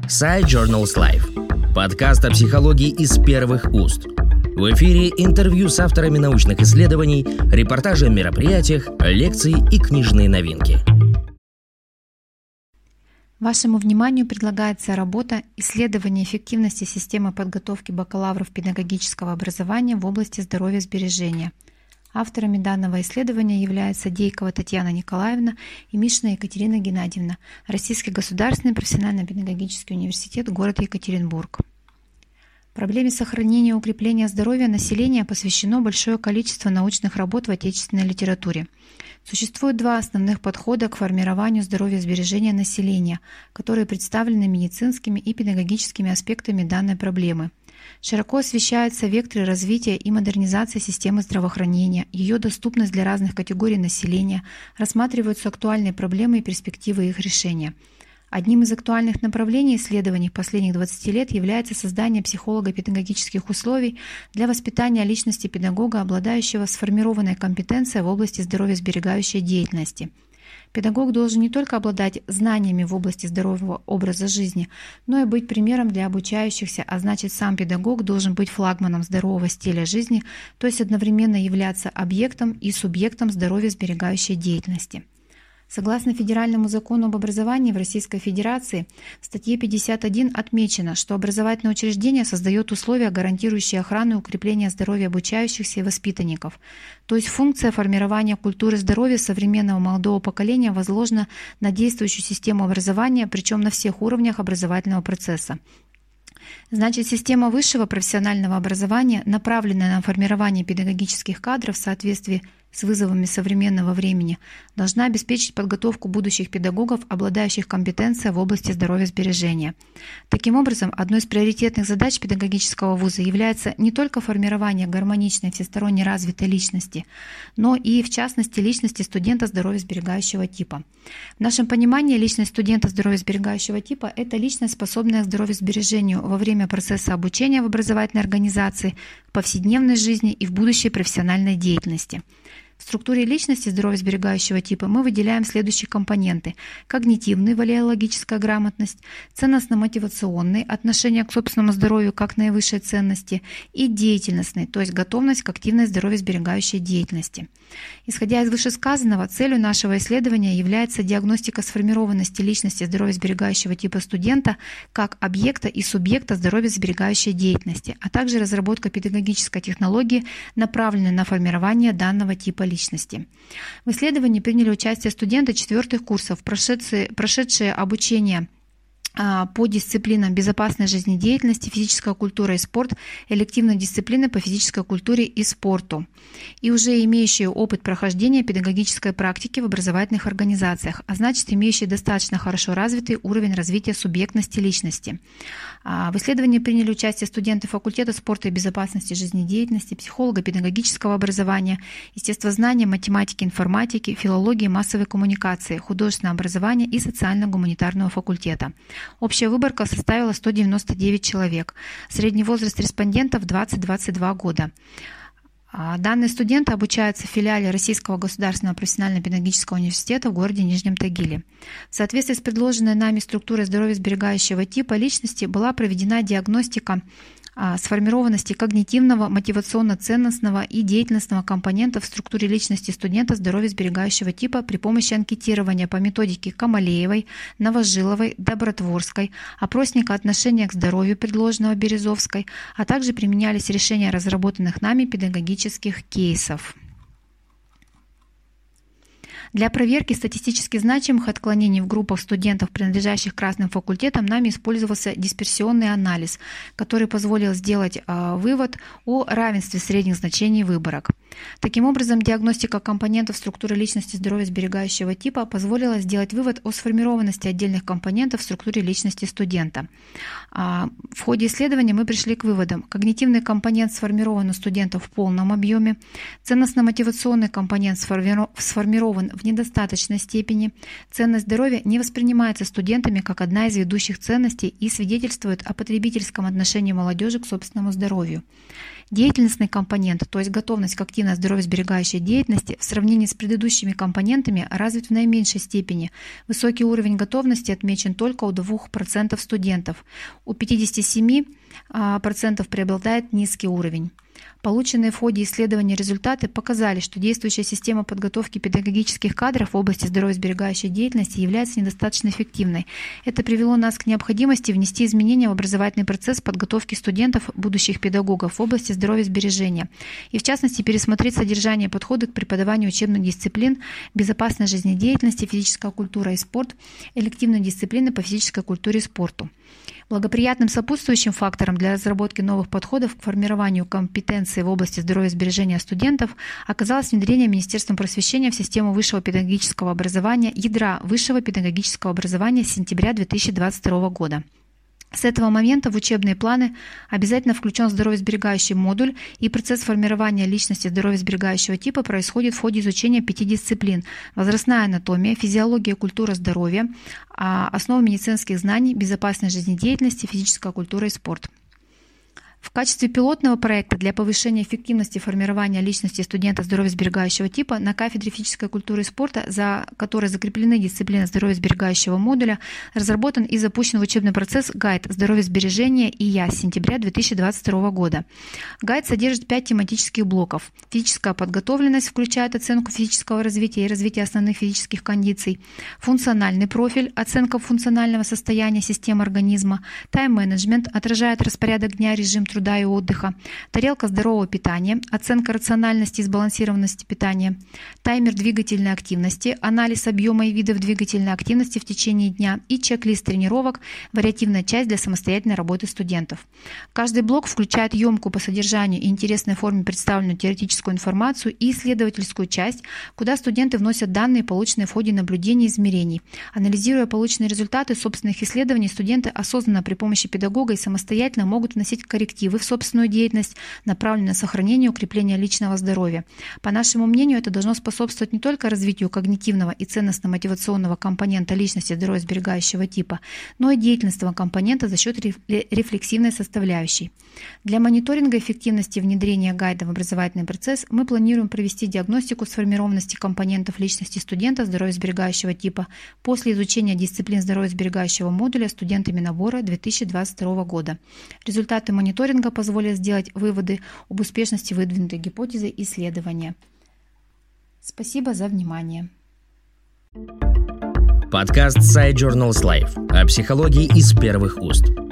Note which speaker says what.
Speaker 1: Side Journals Life. Подкаст о психологии из первых уст. В эфире интервью с авторами научных исследований, репортажи о мероприятиях, лекции и книжные новинки.
Speaker 2: Вашему вниманию предлагается работа «Исследование эффективности системы подготовки бакалавров педагогического образования в области здоровья сбережения». Авторами данного исследования являются Дейкова Татьяна Николаевна и Мишина Екатерина Геннадьевна, Российский государственный профессионально-педагогический университет, город Екатеринбург. Проблеме сохранения и укрепления здоровья населения посвящено большое количество научных работ в отечественной литературе. Существует два основных подхода к формированию здоровья сбережения населения, которые представлены медицинскими и педагогическими аспектами данной проблемы. Широко освещаются векторы развития и модернизации системы здравоохранения, ее доступность для разных категорий населения, рассматриваются актуальные проблемы и перспективы их решения. Одним из актуальных направлений исследований последних 20 лет является создание психолого-педагогических условий для воспитания личности педагога, обладающего сформированной компетенцией в области здоровьесберегающей деятельности. Педагог должен не только обладать знаниями в области здорового образа жизни, но и быть примером для обучающихся, а значит, сам педагог должен быть флагманом здорового стиля жизни, то есть одновременно являться объектом и субъектом здоровьесберегающей деятельности. Согласно Федеральному закону об образовании в Российской Федерации, в статье 51 отмечено, что образовательное учреждение создает условия, гарантирующие охрану и укрепление здоровья обучающихся и воспитанников. То есть функция формирования культуры здоровья современного молодого поколения возложена на действующую систему образования, причем на всех уровнях образовательного процесса. Значит, система высшего профессионального образования, направленная на формирование педагогических кадров в соответствии с вызовами современного времени, должна обеспечить подготовку будущих педагогов, обладающих компетенцией в области здоровья-сбережения. Таким образом, одной из приоритетных задач педагогического вуза является не только формирование гармоничной, всесторонне развитой личности, но и, в частности, личности студента здоровьесберегающего типа. В нашем понимании личность студента здоровьесберегающего типа – это личность, способная к здоровьесбережению во время процесса обучения в образовательной организации, в повседневной жизни и в будущей профессиональной деятельности. В структуре личности здоровьесберегающего типа мы выделяем следующие компоненты: когнитивный, валеологическая грамотность, ценностно-мотивационный, отношение к собственному здоровью как наивысшей ценности, и деятельностный, то есть готовность к активной здоровьесберегающей деятельности. Исходя из вышесказанного, целью нашего исследования является диагностика сформированности личности здоровьесберегающего типа студента как объекта и субъекта здоровьесберегающей деятельности, а также разработка педагогической технологии, направленной на формирование данного типа личности. В исследовании приняли участие студенты 4-х курсов, прошедшие обучение по дисциплинам безопасной жизнедеятельности, физическая культура и спорт, элективные дисциплины по физической культуре и спорту, и уже имеющие опыт прохождения педагогической практики в образовательных организациях, а значит, имеющие достаточно хорошо развитый уровень развития субъектности личности. В исследовании приняли участие студенты факультета спорта и безопасности жизнедеятельности, психолого-педагогического образования, естествознания, математики, информатики, филологии, массовой коммуникации, художественного образования и социально-гуманитарного факультета. Общая выборка составила 199 человек. Средний возраст респондентов 20-22 года. Данные студенты обучаются в филиале Российского государственного профессионально-педагогического университета в городе Нижнем Тагиле. В соответствии с предложенной нами структурой здоровьесберегающего типа личности была проведена диагностика сформированности когнитивного, мотивационно-ценностного и деятельностного компонентов в структуре личности студента здоровьесберегающего типа при помощи анкетирования по методике Камалеевой, Новожиловой, Добротворской, опросника отношения к здоровью, предложенного Березовской, а также применялись решения разработанных нами педагогических кейсов. Для проверки статистически значимых отклонений в группах студентов, принадлежащих к разным факультетам, нами использовался дисперсионный анализ, который позволил сделать вывод о равенстве средних значений выборок. Таким образом, диагностика компонентов структуры личности здоровьесберегающего типа позволила сделать вывод о сформированности отдельных компонентов в структуре личности студента. В ходе исследования мы пришли к выводам: когнитивный компонент сформирован у студента в полном объеме, ценностно-мотивационный компонент сформирован в недостаточной степени, ценность здоровья не воспринимается студентами как одна из ведущих ценностей и свидетельствует о потребительском отношении молодежи к собственному здоровью. Деятельностный компонент, то есть готовность к активной здоровьесберегающей деятельности, в сравнении с предыдущими компонентами развит в наименьшей степени. Высокий уровень готовности отмечен только у 2% студентов. У 57% преобладает низкий уровень. Полученные в ходе исследования результаты показали, что действующая система подготовки педагогических кадров в области здоровьесберегающей деятельности является недостаточно эффективной. Это привело нас к необходимости внести изменения в образовательный процесс подготовки студентов, будущих педагогов в области здоровьесбережения, и в частности пересмотреть содержание и подходы к преподаванию учебных дисциплин безопасной жизнедеятельности, физическая культура и спорт, элективные дисциплины по физической культуре и спорту. Благоприятным сопутствующим фактором для разработки новых подходов к формированию компетенций в области здоровьесбережения студентов оказалось внедрение Министерством просвещения в систему высшего педагогического образования ядра высшего педагогического образования с сентября 2022 года. С этого момента в учебные планы обязательно включен здоровьесберегающий модуль, и процесс формирования личности здоровьесберегающего типа происходит в ходе изучения 5 дисциплин: возрастная анатомия, физиология, культура здоровья, основы медицинских знаний, безопасной жизнедеятельности, физическая культура и спорт. В качестве пилотного проекта для повышения эффективности формирования личности студента здоровьесберегающего типа на кафедре физической культуры и спорта, за которой закреплены дисциплины здоровьесберегающего модуля, разработан и запущен в учебный процесс гайд здоровьесбережения ИЯ с сентября 2022 года. Гайд содержит 5 тематических блоков. Физическая подготовленность включает оценку физического развития и развития основных физических кондиций. Функциональный профиль – оценка функционального состояния системы организма. Тайм-менеджмент отражает распорядок дня, режим труда и отдыха, тарелка здорового питания, оценка рациональности и сбалансированности питания, таймер двигательной активности, анализ объема и видов двигательной активности в течение дня и чек-лист тренировок, вариативная часть для самостоятельной работы студентов. Каждый блок включает емкую по содержанию и интересной форме представленную теоретическую информацию и исследовательскую часть, куда студенты вносят данные, полученные в ходе наблюдений и измерений. Анализируя полученные результаты собственных исследований, студенты осознанно при помощи педагога и самостоятельно могут вносить коррективы в собственную деятельность, направленную на сохранение и укрепление личного здоровья. По нашему мнению, это должно способствовать не только развитию когнитивного и ценностно-мотивационного компонента личности здоровьесберегающего типа, но и деятельностного компонента за счет рефлексивной составляющей. Для мониторинга эффективности внедрения гайда в образовательный процесс мы планируем провести диагностику сформированности компонентов личности студента здоровьесберегающего типа после изучения дисциплин здоровьесберегающего модуля студентами набора 2022 года. Результаты мониторинга позволят сделать выводы об успешности выдвинутой гипотезы исследования. Спасибо за внимание.
Speaker 1: Подкаст Side Journals Life о психологии из первых уст.